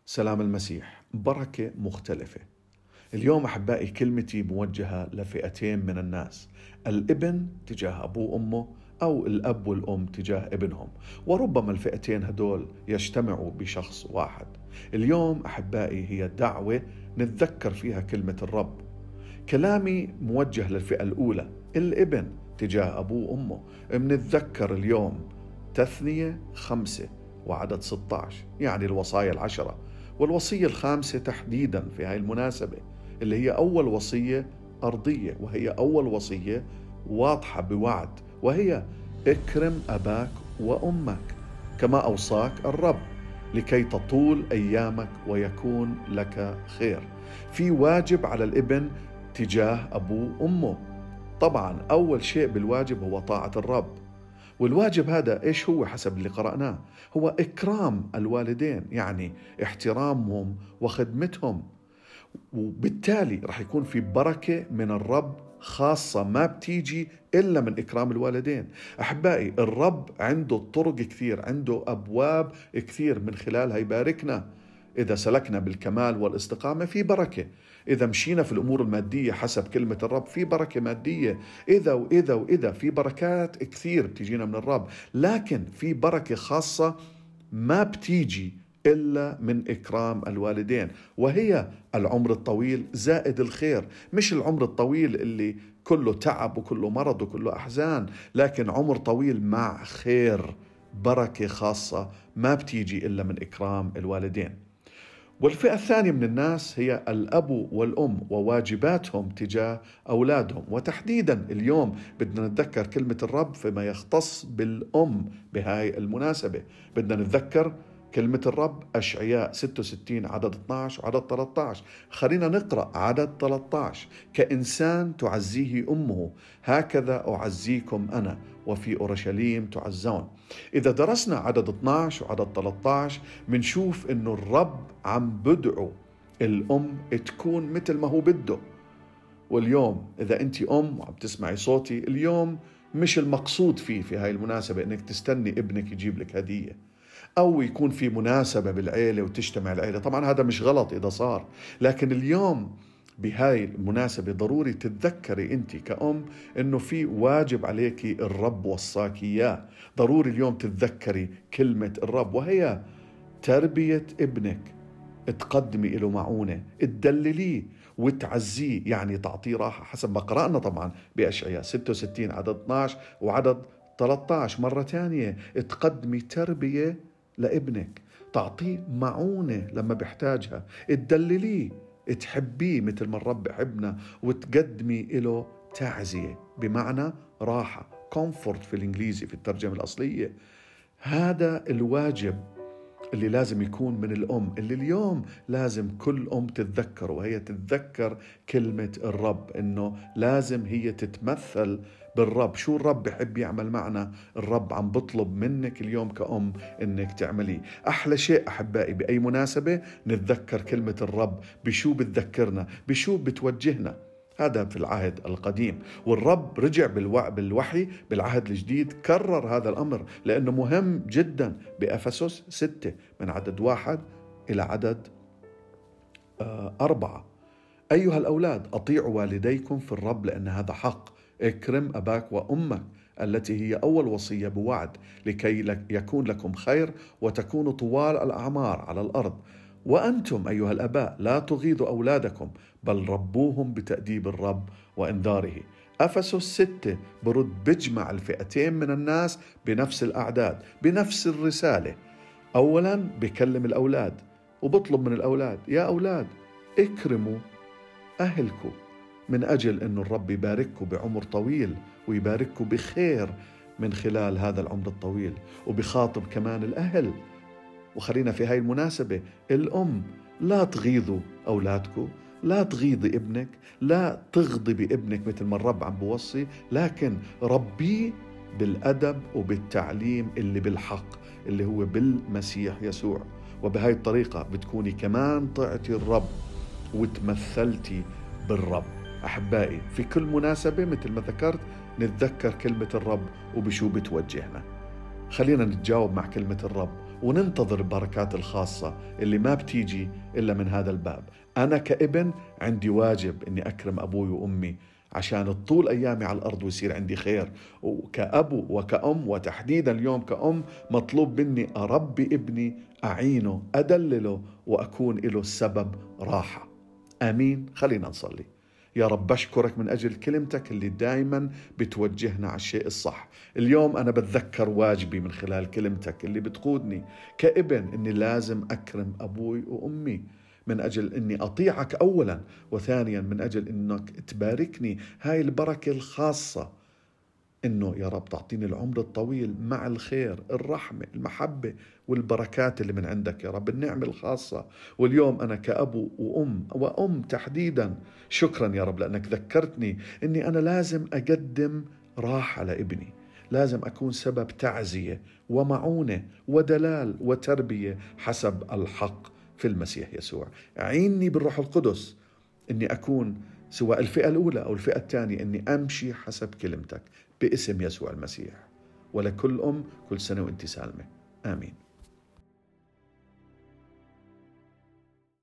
سلام المسيح بركة مختلفة. اليوم أحبائي كلمتي موجهة لفئتين من الناس، الابن تجاه أبوه وأمه أو الأب والأم تجاه ابنهم، وربما الفئتين هدول يجتمعوا بشخص واحد. اليوم أحبائي هي دعوة نتذكر فيها كلمة الرب. كلامي موجه للفئة الأولى، الابن تجاه أبوه وأمه. منتذكر اليوم تثنية 5 وعدد 16، يعني الوصايا 10، والوصية الخامسة تحديدا في هاي المناسبة اللي هي أول وصية أرضية، وهي أول وصية واضحة بوعد، وهي اكرم أباك وأمك كما أوصاك الرب لكي تطول أيامك ويكون لك خير. في واجب على الابن تجاه أبوه وأمه. طبعا أول شيء بالواجب هو طاعة الرب، والواجب هذا إيش هو حسب اللي قرأناه؟ هو إكرام الوالدين، يعني احترامهم وخدمتهم، وبالتالي رح يكون في بركة من الرب خاصة ما بتيجي إلا من إكرام الوالدين. أحبائي الرب عنده طرق كثير، عنده أبواب كثير من خلالها يباركنا. إذا سلكنا بالكمال والاستقامة في بركة، إذا مشينا في الأمور المادية حسب كلمة الرب في بركة مادية، إذا في بركات كثير بتجينا من الرب، لكن في بركة خاصة ما بتيجي إلا من إكرام الوالدين، وهي العمر الطويل زائد الخير. مش العمر الطويل اللي كله تعب وكله مرض وكله أحزان، لكن عمر طويل مع خير، بركة خاصة ما بتيجي إلا من إكرام الوالدين. والفئة الثانية من الناس هي الأب والأم وواجباتهم تجاه أولادهم، وتحديدا اليوم بدنا نتذكر كلمة الرب فيما يختص بالأم. بهاي المناسبة بدنا نتذكر كلمة الرب أشعياء 66 عدد 12 وعدد 13. خلينا نقرأ عدد 13: كإنسان تعزيه أمه هكذا أعزيكم أنا وفي أورشليم تعزون. إذا درسنا عدد 12 وعدد 13 منشوف إنه الرب عم بدعو الأم تكون مثل ما هو بده. واليوم إذا أنت أم وعم تسمعي صوتي اليوم، مش المقصود فيه في هاي المناسبة إنك تستني ابنك يجيب لك هدية، أو يكون في مناسبة بالعيلة وتجتمع العيلة. طبعا هذا مش غلط إذا صار، لكن اليوم بهاي المناسبة ضروري تتذكري أنت كأم إنه في واجب عليكي الرب وصاكي إياه. ضروري اليوم تتذكري كلمة الرب، وهي تربية ابنك. تقدمي له معونة، تدلليه وتعزيه، يعني تعطيه راحة حسب ما قرأنا طبعا بأشعياء 66 عدد 12 وعدد 13. مرة تانية تقدمي تربية لابنك، تعطيه معونة لما بيحتاجها، تدلليه، تحبيه مثل ما الرب بحبنا، وتقدمي له تعزية بمعنى راحة، comfort في الإنجليزي في الترجمة الأصلية. هذا الواجب اللي لازم يكون من الأم، اللي اليوم لازم كل أم تتذكر، وهي تتذكر كلمة الرب، إنه لازم هي تتمثل بالرب. شو الرب بحب يعمل معنا؟ الرب عم بطلب منك اليوم كأم إنك تعمليه. أحلى شيء أحبائي بأي مناسبة نتذكر كلمة الرب. بشو بتذكرنا؟ بشو بتوجهنا؟ هذا في العهد القديم، والرب رجع بالوحي بالعهد الجديد كرر هذا الأمر لأنه مهم جدا. بأفسس 6 من عدد 1 إلى عدد 4: أيها الأولاد أطيعوا والديكم في الرب لأن هذا حق. اكرم أباك وأمك التي هي أول وصية بوعد، لكي يكون لكم خير وتكونوا طوال الأعمار على الأرض. وأنتم أيها الآباء لا تغيظوا أولادكم بل ربوهم بتأديب الرب وإنذاره. أفسس 6 بجمع الفئتين من الناس بنفس الأعداد بنفس الرسالة. أولا بكلم الأولاد وبطلب من الأولاد: يا أولاد اكرموا أهلكم، من أجل أن الرب يبارككم بعمر طويل ويبارككم بخير من خلال هذا العمر الطويل. وبخاطب كمان الأهل. وخلينا في هاي المناسبة الأم، لا تغيظوا أولادكم، لا تغيظي ابنك، لا تغضبي ابنك مثل ما الرب عم بوصي، لكن ربيه بالأدب وبالتعليم اللي بالحق اللي هو بالمسيح يسوع. وبهاي الطريقة بتكوني كمان طعتي الرب وتمثلتي بالرب. أحبائي في كل مناسبة مثل ما ذكرت نتذكر كلمة الرب وبشو بتوجهنا. خلينا نتجاوب مع كلمة الرب وننتظر البركات الخاصة اللي ما بتيجي إلا من هذا الباب. أنا كابن عندي واجب إني أكرم أبوي وأمي عشان طول أيامي على الأرض ويصير عندي خير، وكأبو وكأم وتحديدا اليوم كأم مطلوب مني أربي ابني، أعينه، أدلله، وأكون له سبب راحة. آمين. خلينا نصلي. يا رب بشكرك من أجل كلمتك اللي دايما بتوجهنا على الشيء الصح. اليوم أنا بتذكر واجبي من خلال كلمتك اللي بتقودني كابن إني لازم أكرم أبوي وأمي، من أجل إني أطيعك أولا، وثانيا من أجل إنك تباركني هاي البركة الخاصة، إنه يا رب تعطيني العمر الطويل مع الخير، الرحمة، المحبة والبركات اللي من عندك يا رب، النعمة الخاصة. واليوم أنا كأبو وأم تحديدا، شكرا يا رب لأنك ذكرتني إني أنا لازم أقدم راحة لابني، لازم أكون سبب تعزية ومعونة ودلال وتربية حسب الحق في المسيح يسوع. عيني بالروح القدس إني أكون سواء الفئة الأولى أو الفئة الثانية، إني أمشي حسب كلمتك باسم يسوع المسيح. ولكل أم كل سنة وأنت سالمة. آمين.